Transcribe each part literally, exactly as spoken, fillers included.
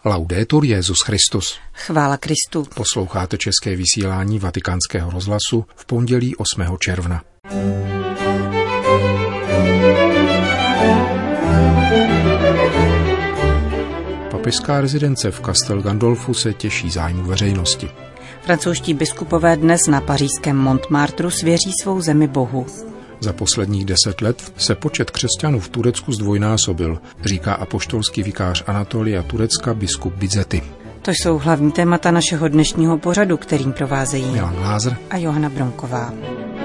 Laudetur Jesus Christus. Chvála Kristu. Posloucháte české vysílání Vatikánského rozhlasu v pondělí osmého června. Papežská rezidence v Castel Gandolfu se těší zájmu veřejnosti. Francouzští biskupové dnes na pařížském Montmartru svěří svou zemi Bohu. Za posledních deset let se počet křesťanů v Turecku zdvojnásobil, říká apoštolský vikář Anatolia Turecka biskup Bizety. To jsou hlavní témata našeho dnešního pořadu, kterým provázejí Milan Glázer a Johana Bronková.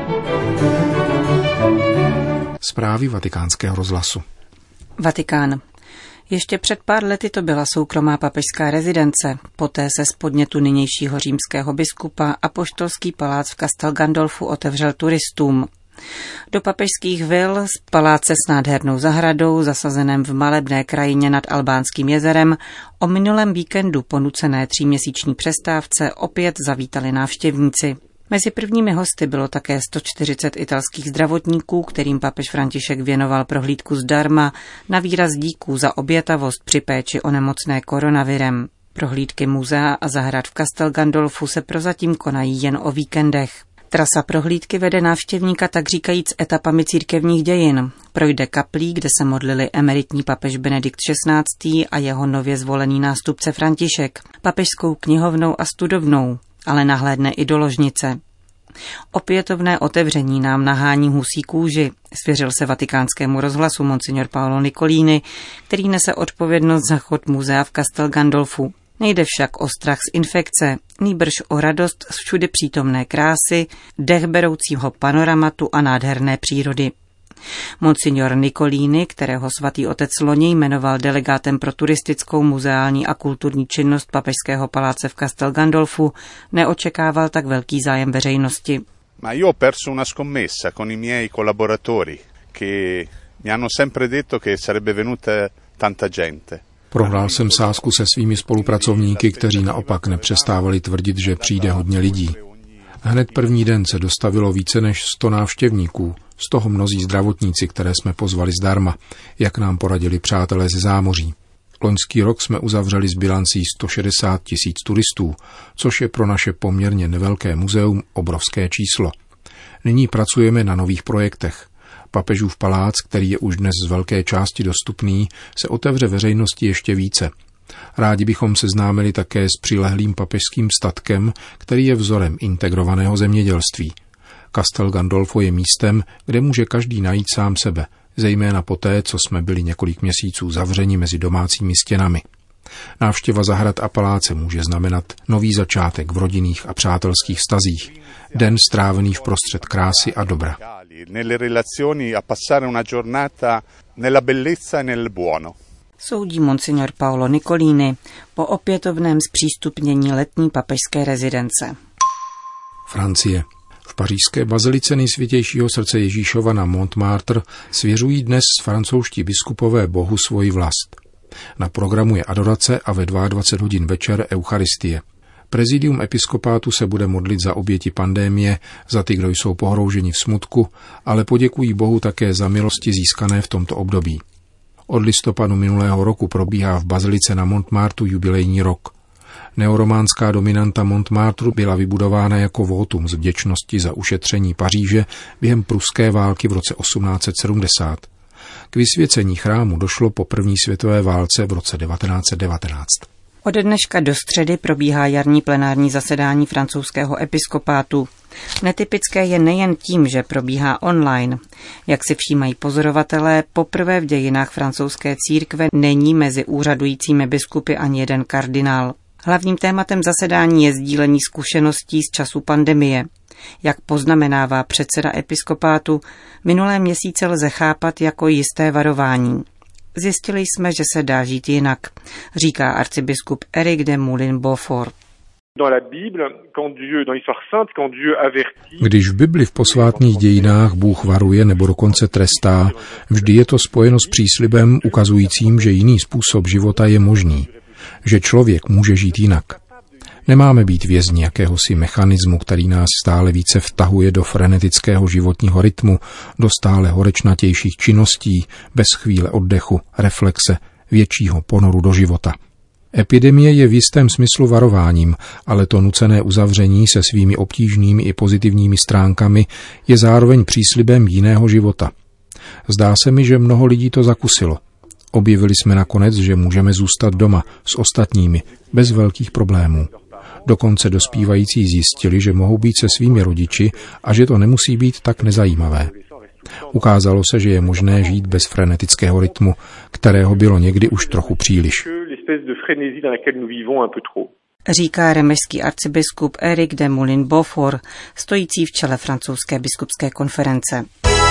Zprávy Vatikánského rozhlasu. Vatikán. Ještě před pár lety to byla soukromá papežská rezidence, poté se z podnětu nynějšího římského biskupa apoštolský palác v Castel Gandolfu otevřel turistům. Do papežských vil z paláce s nádhernou zahradou, zasazeném v malebné krajině nad Albánským jezerem, o minulém víkendu po nucené tříměsíční přestávce opět zavítali návštěvníci. Mezi prvními hosty bylo také sto čtyřicet italských zdravotníků, kterým papež František věnoval prohlídku zdarma na výraz díků za obětavost při péči o nemocné koronavirem. Prohlídky muzea a zahrad v Castel Gandolfu se prozatím konají jen o víkendech. Trasa prohlídky vede návštěvníka tak říkajíc etapami církevních dějin. Projde kaplí, kde se modlili emeritní papež Benedikt šestnáctý a jeho nově zvolený nástupce František, papežskou knihovnou a studovnou, ale nahlédne i do ložnice. Opětovné otevření nám nahání husí kůži, svěřil se Vatikánskému rozhlasu monsignor Paolo Nicolini, který nese odpovědnost za chod muzea v Castel Gandolfu. Nejde však o strach z infekce, nýbrž o radost z všude přítomné krásy, dechberoucího panoramatu a nádherné přírody. Monsignor Nicolini, kterého svatý otec loni jmenoval delegátem pro turistickou, muzeální a kulturní činnost papežského paláce v Castel Gandolfu, neočekával tak velký zájem veřejnosti. Ma io ho perso una scommessa con i miei collaboratori che mi hanno sempre detto che sarebbe venuta tanta gente. Prohrál jsem sázku se svými spolupracovníky, kteří naopak nepřestávali tvrdit, že přijde hodně lidí. Hned první den se dostavilo více než sto návštěvníků, z toho mnozí zdravotníci, které jsme pozvali zdarma, jak nám poradili přátelé ze zámoří. Loňský rok jsme uzavřeli s bilancí sto šedesát tisíc turistů, což je pro naše poměrně nevelké muzeum obrovské číslo. Nyní pracujeme na nových projektech. Papežův palác, který je už dnes z velké části dostupný, se otevře veřejnosti ještě více. Rádi bychom seznámili také s přilehlým papežským statkem, který je vzorem integrovaného zemědělství. Castel Gandolfo je místem, kde může každý najít sám sebe, zejména poté, co jsme byli několik měsíců zavřeni mezi domácími stěnami. Návštěva zahrad a paláce může znamenat nový začátek v rodinných a přátelských vztazích, den strávený v prostřed krásy a dobra. Soudí monsignor Paolo Nicolini po opětovném zpřístupnění letní papežské rezidence. Francie. V pařížské bazilice Nejsvětějšího srdce Ježíšova na Montmartre svěřují dnes francouzští biskupové Bohu svoji vlast. Na programu je adorace a ve dvacet dva hodin večer eucharistie. Prezidium episkopátu se bude modlit za oběti pandémie, za ty, kdo jsou pohrouženi v smutku, ale poděkují Bohu také za milosti získané v tomto období. Od listopadu minulého roku probíhá v bazilice na Montmartru jubilejní rok. Neorománská dominanta Montmartru byla vybudována jako votum z vděčnosti za ušetření Paříže během pruské války v roce osmnáct set sedmdesát. K vysvěcení chrámu došlo po první světové válce v roce devatenáct set devatenáct. Od dneška do středy probíhá jarní plenární zasedání francouzského episkopátu. Netypické je nejen tím, že probíhá online. Jak si všímají pozorovatelé, poprvé v dějinách francouzské církve není mezi úřadujícími biskupy ani jeden kardinál. Hlavním tématem zasedání je sdílení zkušeností z času pandemie. Jak poznamenává předseda episkopátu, minulé měsíce lze chápat jako jisté varování. Zjistili jsme, že se dá žít jinak, říká arcibiskup Éric de Moulin-Beaufort. Když v Bibli v posvátných dějinách Bůh varuje nebo dokonce trestá, vždy je to spojeno s příslibem ukazujícím, že jiný způsob života je možný, že člověk může žít jinak. Nemáme být vězni jakéhosi mechanismu, který nás stále více vtahuje do frenetického životního rytmu, do stále horečnatějších činností, bez chvíle oddechu, reflexe, většího ponoru do života. Epidemie je v jistém smyslu varováním, ale to nucené uzavření se svými obtížnými i pozitivními stránkami je zároveň příslibem jiného života. Zdá se mi, že mnoho lidí to zakusilo. Objevili jsme nakonec, že můžeme zůstat doma s ostatními, bez velkých problémů. Dokonce dospívající zjistili, že mohou být se svými rodiči a že to nemusí být tak nezajímavé. Ukázalo se, že je možné žít bez frenetického rytmu, kterého bylo někdy už trochu příliš. Říká remešský arcibiskup Éric de Moulin-Beaufort, stojící v čele francouzské biskupské konference.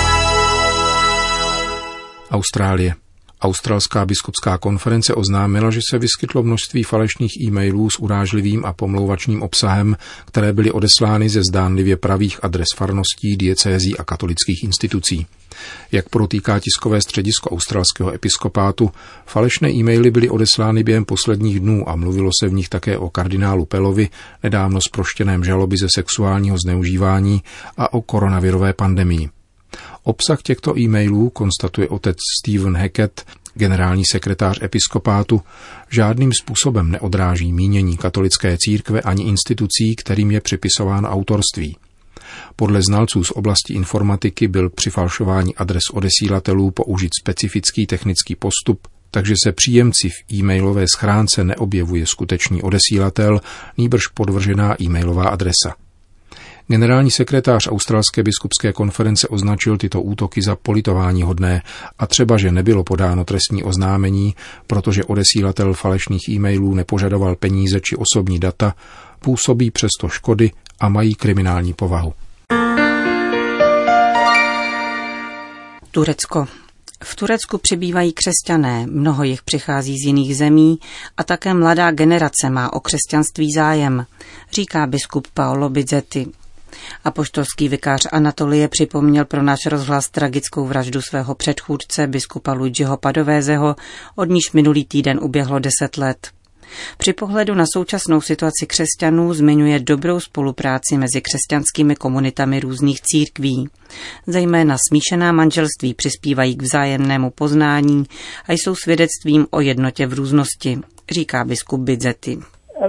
Austrálie. Australská biskupská konference oznámila, že se vyskytlo množství falešných e-mailů s urážlivým a pomlouvačným obsahem, které byly odeslány ze zdánlivě pravých adres farností, diecézí a katolických institucí. Jak protýká tiskové středisko australského episkopátu, falešné e-maily byly odeslány během posledních dnů a mluvilo se v nich také o kardinálu Pellovi, nedávno zproštěném žaloby ze sexuálního zneužívání a o koronavirové pandemii. Obsah těchto e-mailů, konstatuje otec Stephen Hackett, generální sekretář episkopátu, žádným způsobem neodráží mínění katolické církve ani institucí, kterým je připisováno autorství. Podle znalců z oblasti informatiky byl při falšování adres odesílatelů použit specifický technický postup, takže se příjemci v e-mailové schránce neobjevuje skutečný odesílatel, nýbrž podvržená e-mailová adresa. Generální sekretář Australské biskupské konference označil tyto útoky za politováníhodné a třeba, že nebylo podáno trestní oznámení, protože odesílatel falešných e-mailů nepožadoval peníze či osobní data, působí přesto škody a mají kriminální povahu. Turecko. V Turecku přibývají křesťané, mnoho jich přichází z jiných zemí a také mladá generace má o křesťanství zájem, říká biskup Paolo Bizzetti. Apoštolský vikář Anatolie připomněl pro náš rozhlas tragickou vraždu svého předchůdce, biskupa Luigiho Padovézeho, od níž minulý týden uběhlo deset let. Při pohledu na současnou situaci křesťanů zmiňuje dobrou spolupráci mezi křesťanskými komunitami různých církví. Zejména smíšená manželství přispívají k vzájemnému poznání a jsou svědectvím o jednotě v různosti, říká biskup Bizzetti.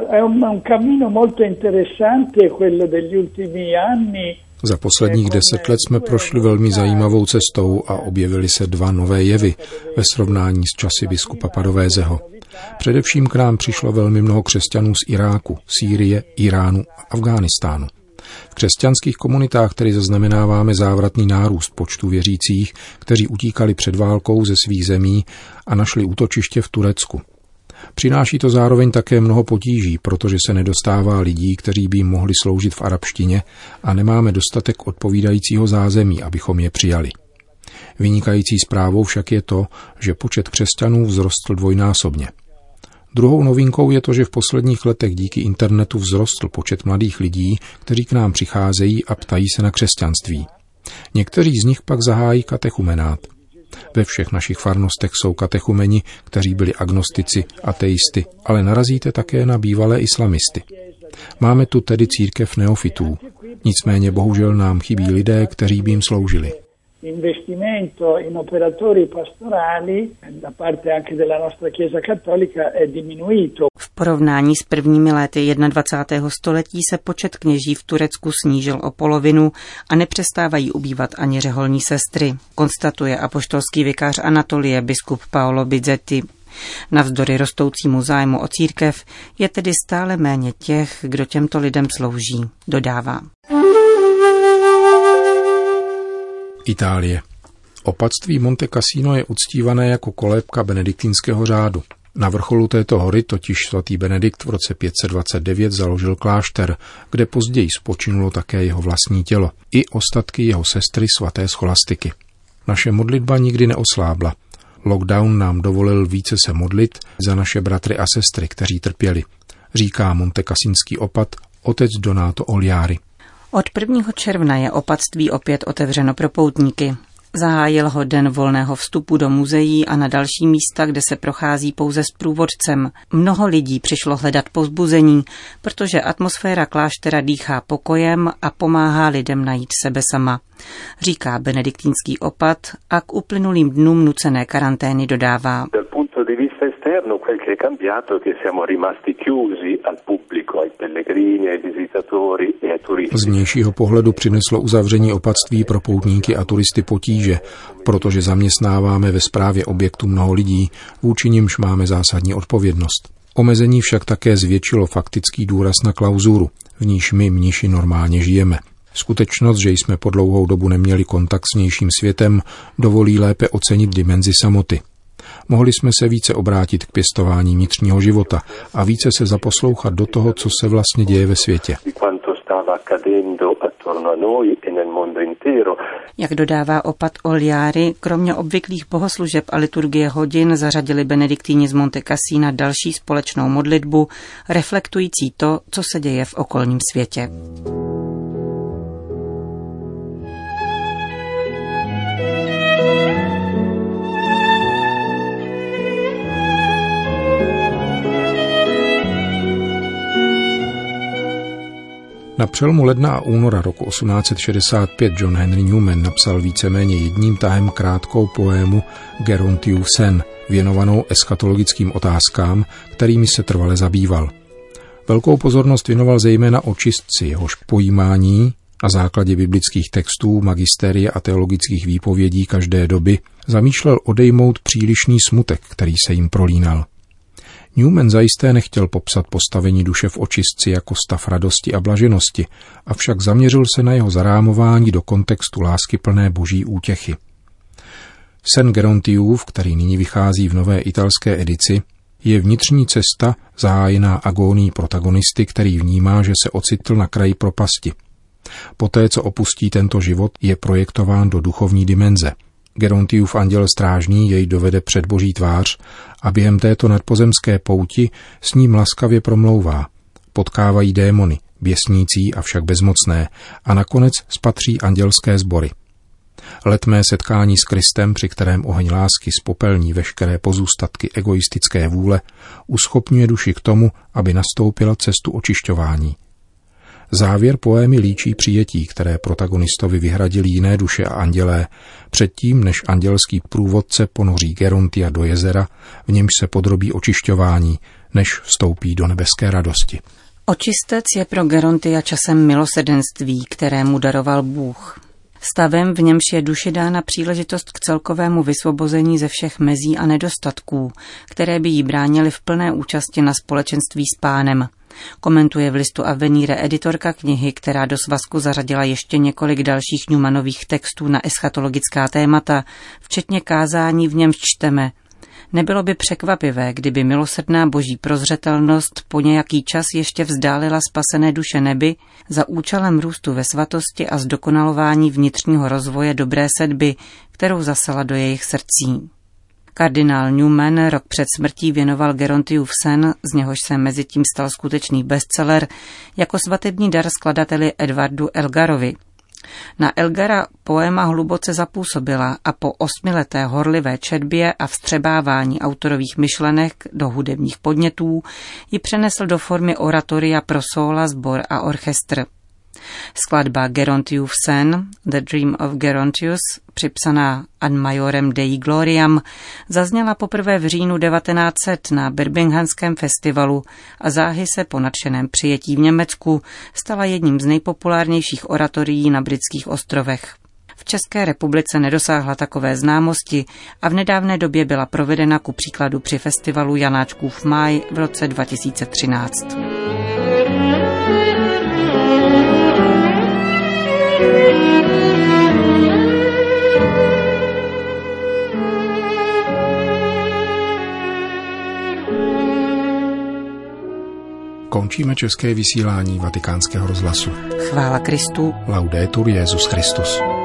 Za posledních deset let jsme prošli velmi zajímavou cestou a objevily se dva nové jevy ve srovnání s časy biskupa Padovézeho. Především k nám přišlo velmi mnoho křesťanů z Iráku, Sýrie, Iránu a Afghánistánu. V křesťanských komunitách tedy zaznamenáváme závratný nárůst počtu věřících, kteří utíkali před válkou ze svých zemí a našli útočiště v Turecku. Přináší to zároveň také mnoho potíží, protože se nedostává lidí, kteří by jim mohli sloužit v arabštině a nemáme dostatek odpovídajícího zázemí, abychom je přijali. Vynikající zprávou však je to, že počet křesťanů vzrostl dvojnásobně. Druhou novinkou je to, že v posledních letech díky internetu vzrostl počet mladých lidí, kteří k nám přicházejí a ptají se na křesťanství. Někteří z nich pak zahájí katechumenát. Ve všech našich farnostech jsou katechumeni, kteří byli agnostici, ateisty, ale narazíte také na bývalé islamisty. Máme tu tedy církev neofitů. Nicméně bohužel nám chybí lidé, kteří by jim sloužili. Investimento in operatori pastorali da parte anche della nostra Chiesa cattolica è diminuito. V porovnání s prvními léty dvacátého prvního století se počet kněží v Turecku snížil o polovinu a nepřestávají ubývat ani řeholní sestry, konstatuje apoštolský vikář Anatolie biskup Paolo Bizzetti. Navzdory rostoucímu zájmu o církev je tedy stále méně těch, kdo těmto lidem slouží, dodává. Itálie. Opatství Monte Cassino je uctívané jako kolébka benediktínského řádu. Na vrcholu této hory totiž svatý Benedikt v roce pět set dvacet devět založil klášter, kde později spočinulo také jeho vlastní tělo i ostatky jeho sestry svaté Scholastiky. Naše modlitba nikdy neoslábla. Lockdown nám dovolil více se modlit za naše bratry a sestry, kteří trpěli, říká montekasínský opat otec Donato Oliari. Od prvního června je opatství opět otevřeno pro poutníky. Zahájil ho den volného vstupu do muzeí a na další místa, kde se prochází pouze s průvodcem. Mnoho lidí přišlo hledat povzbuzení, protože atmosféra kláštera dýchá pokojem a pomáhá lidem najít sebe sama, říká benediktínský opat a k uplynulým dnům nucené karantény dodává. all'interno quel che è cambiato è che siamo rimasti chiusi al pubblico, ai pellegrini, ai visitatori e ai turisti. Z vnějšího pohledu přineslo uzavření opatství pro poutníky a turisty potíže, protože zaměstnáváme ve správě objektu mnoho lidí, vůči nimž máme zásadní odpovědnost. Omezení však také zvětšilo faktický důraz na klauzuru, v níž my mniši normálně žijeme. Skutečnost, že jsme po dlouhou dobu neměli kontakt s vnějším světem, dovolí lépe ocenit dimenzi samoty. Mohli jsme se více obrátit k pěstování vnitřního života a více se zaposlouchat do toho, co se vlastně děje ve světě. Jak dodává opat Oliari, kromě obvyklých bohoslužeb a liturgie hodin zařadili benediktíni z Monte Cassina další společnou modlitbu, reflektující to, co se děje v okolním světě. Na přelomu ledna a února roku osmnáct set šedesát pět John Henry Newman napsal víceméně jedním tahem krátkou poému Gerontiův sen, věnovanou eschatologickým otázkám, kterými se trvale zabýval. Velkou pozornost věnoval zejména očistci, jehož pojímání na základě biblických textů, magisteria a teologických výpovědí každé doby zamýšlel odejmout přílišný smutek, který se jim prolínal. Newman zajisté nechtěl popsat postavení duše v očistci jako stav radosti a blaženosti, avšak zaměřil se na jeho zarámování do kontextu láskyplné boží útěchy. Sen Gerontiův, který nyní vychází v nové italské edici, je vnitřní cesta zahájená agónií protagonisty, který vnímá, že se ocitl na kraji propasti. Poté, co opustí tento život, je projektován do duchovní dimenze. Gerontiův anděl strážný jej dovede před boží tvář a během této nadpozemské pouti s ním laskavě promlouvá. Potkávají démony, běsnící avšak bezmocné, a nakonec spatří andělské sbory. Letmé setkání s Kristem, při kterém oheň lásky spopelní veškeré pozůstatky egoistické vůle, uschopňuje duši k tomu, aby nastoupila cestu očišťování. Závěr poémy líčí přijetí, které protagonistovi vyhradili jiné duše a andělé, předtím, než andělský průvodce ponoří Gerontia do jezera, v němž se podrobí očišťování, než vstoupí do nebeské radosti. Očistec je pro Gerontia časem milosrdenství, kterému daroval Bůh. Stavem, v němž je duši dána příležitost k celkovému vysvobození ze všech mezí a nedostatků, které by jí bránily v plné účasti na společenství s Pánem. Komentuje v listu Avenire editorka knihy, která do svazku zařadila ještě několik dalších Newmanových textů na eschatologická témata, včetně kázání, v němž čteme: Nebylo by překvapivé, kdyby milosrdná boží prozřetelnost po nějaký čas ještě vzdálila spasené duše nebi za účelem růstu ve svatosti a zdokonalování vnitřního rozvoje dobré sedby, kterou zasela do jejich srdcí. Kardinál Newman rok před smrtí věnoval Gerontiův sen, z něhož se mezitím stal skutečný bestseller, jako svatební dar skladateli Edwardu Elgarovi. Na Elgara poéma hluboce zapůsobila a po osmileté horlivé četbě a vstřebávání autorových myšlenek do hudebních podnětů ji přenesl do formy oratoria pro sóla, sbor a orchestr. Skladba Gerontiův sen, The Dream of Gerontius, připsaná Ad Majorem Dei Gloriam, zazněla poprvé v říjnu devatenáct set na Birminghamském festivalu a záhy se po nadšeném přijetí v Německu stala jedním z nejpopulárnějších oratorií na britských ostrovech. V České republice nedosáhla takové známosti a v nedávné době byla provedena ku příkladu při festivalu Janáčkův máj v roce dva tisíce třináct. Končíme české vysílání Vatikánského rozhlasu. Chvála Kristu. Laudetur Jesus Christus.